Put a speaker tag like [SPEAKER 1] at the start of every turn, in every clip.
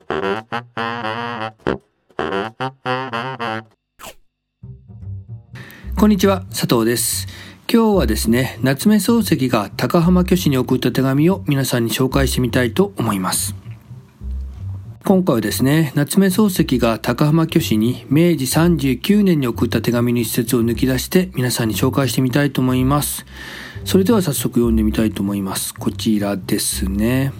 [SPEAKER 1] こんにちは、佐藤です。今日はですね、夏目漱石が高浜虚子に送った手紙を皆さんに紹介してみたいと思います。今回はですね、夏目漱石が高浜虚子に明治39年に送った手紙の一節を抜き出して皆さんに紹介してみたいと思います。それでは早速読んでみたいと思います。こちらですね。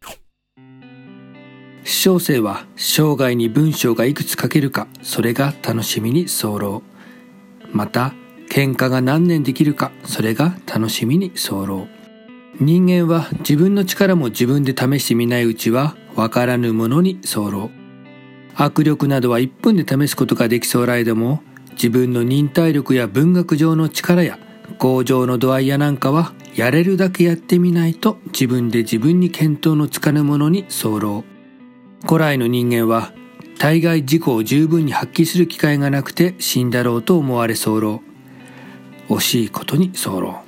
[SPEAKER 1] 小生は生涯に文章がいくつ書けるか、それが楽しみに候。また喧嘩が何年できるか、それが楽しみに候。人間は自分の力も自分で試してみないうちはわからぬものに候。握力などは1分で試すことができそうらえども、自分の忍耐力や文学上の力や強情の度合いやなんかはやれるだけやってみないと自分で自分に見当のつかぬものに候。古来の人間は大概自己を十分に発揮する機会がなくて死んだろうと思われ候。惜しいことに候。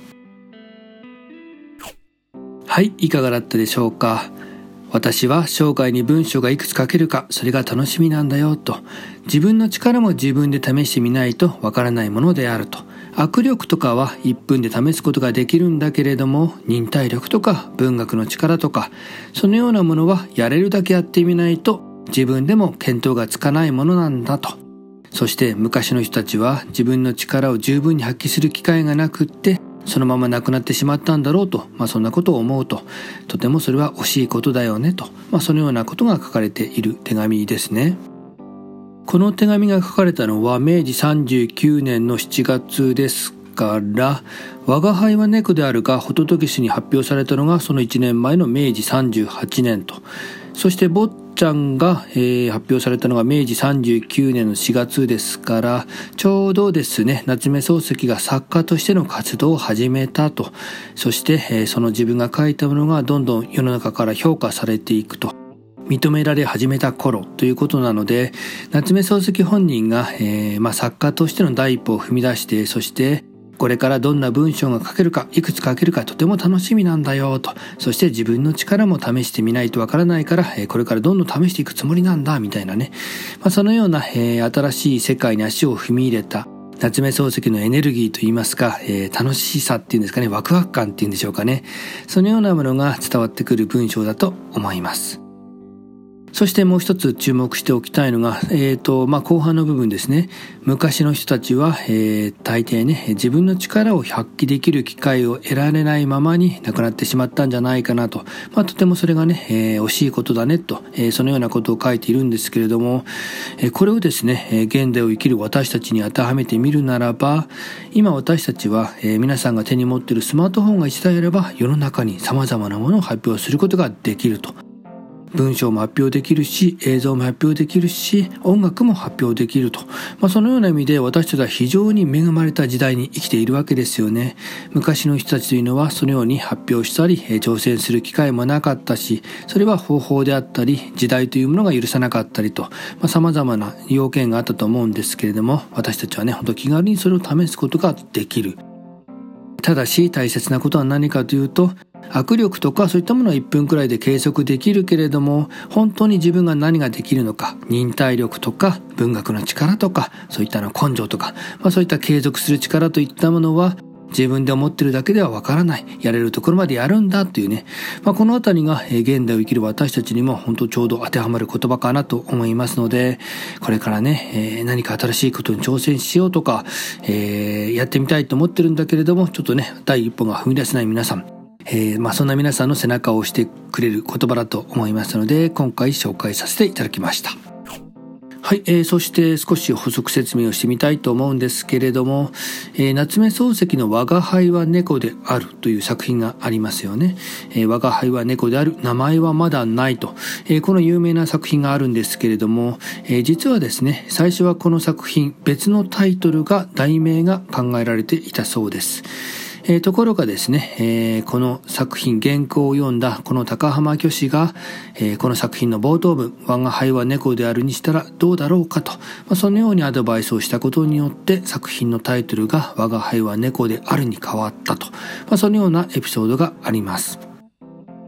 [SPEAKER 1] はい、いかがだったでしょうか。私は生涯に文章がいくつ書けるか、それが楽しみなんだよと。自分の力も自分で試してみないとわからないものであると。握力とかは1分で試すことができるんだけれども、忍耐力とか文学の力とか、そのようなものはやれるだけやってみないと自分でも見当がつかないものなんだと。そして昔の人たちは自分の力を十分に発揮する機会がなくって、そのまま亡くなってしまったんだろうと、そんなことを思うと、とてもそれは惜しいことだよねと、そのようなことが書かれている手紙ですね。この手紙が書かれたのは明治39年の7月ですから、我が輩は猫であるがホトトギスに発表されたのがその1年前の明治38年と、そして坊ちゃんが、発表されたのが明治39年の4月ですから、ちょうどですね、夏目漱石が作家としての活動を始めたと。そして、その自分が書いたものがどんどん世の中から評価されていくと、認められ始めた頃ということなので、夏目漱石本人が、作家としての第一歩を踏み出して、そしてこれからどんな文章が書けるか、いくつ書けるかとても楽しみなんだよと。そして自分の力も試してみないとわからないから、これからどんどん試していくつもりなんだみたいなね。そのような、新しい世界に足を踏み入れた夏目漱石のエネルギーといいますか、楽しさっていうんですかね、ワクワク感っていうんでしょうかね。そのようなものが伝わってくる文章だと思います。そしてもう一つ注目しておきたいのが、後半の部分ですね。昔の人たちは、大抵ね、自分の力を発揮できる機会を得られないままに亡くなってしまったんじゃないかなと。とてもそれがね、惜しいことだねと、そのようなことを書いているんですけれども、これをですね、現代を生きる私たちに当てはめてみるならば、今私たちは、皆さんが手に持っているスマートフォンが一台あれば、世の中に様々なものを発表することができると。文章も発表できるし、映像も発表できるし、音楽も発表できると。そのような意味で私たちは非常に恵まれた時代に生きているわけですよね。昔の人たちというのはそのように発表したり、挑戦する機会もなかったし、それは方法であったり、時代というものが許さなかったりと、様々な要件があったと思うんですけれども、私たちはね、本当気軽にそれを試すことができる。ただし大切なことは何かというと、握力とかそういったものは1分くらいで計測できるけれども、本当に自分が何ができるのか、忍耐力とか文学の力とか、そういった根性とか、そういった継続する力といったものは自分で思ってるだけではわからない。やれるところまでやるんだというね。このあたりが現代を生きる私たちにも本当ちょうど当てはまる言葉かなと思いますので、これからね、何か新しいことに挑戦しようとか、やってみたいと思ってるんだけれども、ちょっとね、第一歩が踏み出せない皆さん、そんな皆さんの背中を押してくれる言葉だと思いますので、今回紹介させていただきました。はい、そして少し補足説明をしてみたいと思うんですけれども、夏目漱石の我が輩は猫であるという作品がありますよね。我が輩は猫である、名前はまだないと、この有名な作品があるんですけれども、実はですね、最初はこの作品別のタイトルが題名が考えられていたそうです。ところがですね、この作品原稿を読んだこの高浜虚子が、この作品の冒頭文、我が輩は猫であるにしたらどうだろうかと、そのようにアドバイスをしたことによって作品のタイトルが我が輩は猫であるに変わったと、そのようなエピソードがあります。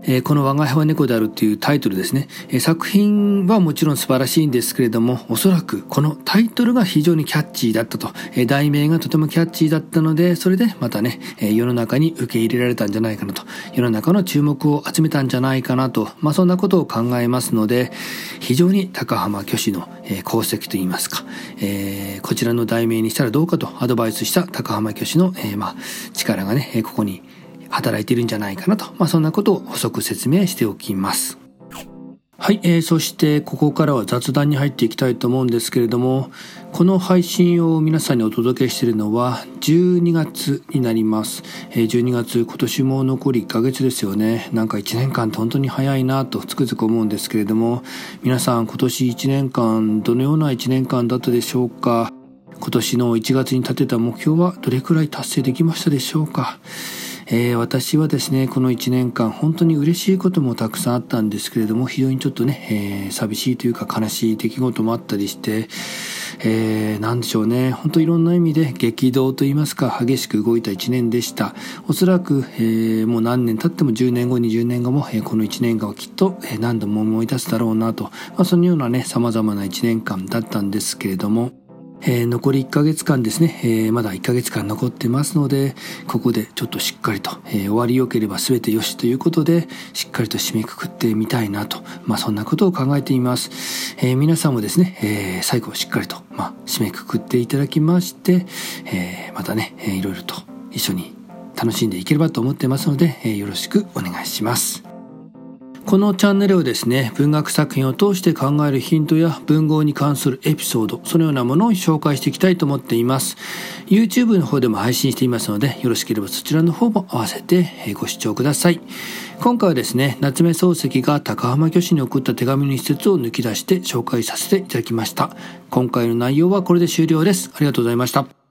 [SPEAKER 1] この我が輩は猫であるというタイトルですね。作品はもちろん素晴らしいんですけれども、おそらくこのタイトルが非常にキャッチーだったと、題名がとてもキャッチーだったので、それでまたね、世の中に受け入れられたんじゃないかなと、世の中の注目を集めたんじゃないかなと、そんなことを考えますので、非常に高浜虚子の功績といいますか、こちらの題名にしたらどうかとアドバイスした高浜虚子の、力がね、ここに働いているんじゃないかなと、そんなことを補足説明しておきます。はい、そしてここからは雑談に入っていきたいと思うんですけれども、この配信を皆さんにお届けしているのは12月になります。12月、今年も残り1ヶ月ですよね。なんか1年間って本当に早いなとつくづく思うんですけれども、皆さん今年1年間どのような1年間だったでしょうか。今年の1月に立てた目標はどれくらい達成できましたでしょうか。私はですね、この1年間本当に嬉しいこともたくさんあったんですけれども、非常にちょっとね、寂しいというか悲しい出来事もあったりして、なんでしょうね、本当いろんな意味で激動といいますか激しく動いた1年でした。おそらく、もう何年経っても10年後20年後も、この1年間はきっと、何度も思い出すだろうなと、そのようなね様々な1年間だったんですけれども、残り1ヶ月間ですね、まだ1ヶ月間残ってますので、ここでちょっとしっかりと、終わりよければ全てよしということで、しっかりと締めくくってみたいなと、そんなことを考えています。皆さんもですね、最後しっかりと、締めくくっていただきまして、またね、いろいろと一緒に楽しんでいければと思ってますので、よろしくお願いします。このチャンネルをですね、文学作品を通して考えるヒントや文豪に関するエピソード、そのようなものを紹介していきたいと思っています。YouTube の方でも配信していますので、よろしければそちらの方も合わせてご視聴ください。今回はですね、夏目漱石が高浜虚子に送った手紙の一節を抜き出して紹介させていただきました。今回の内容はこれで終了です。ありがとうございました。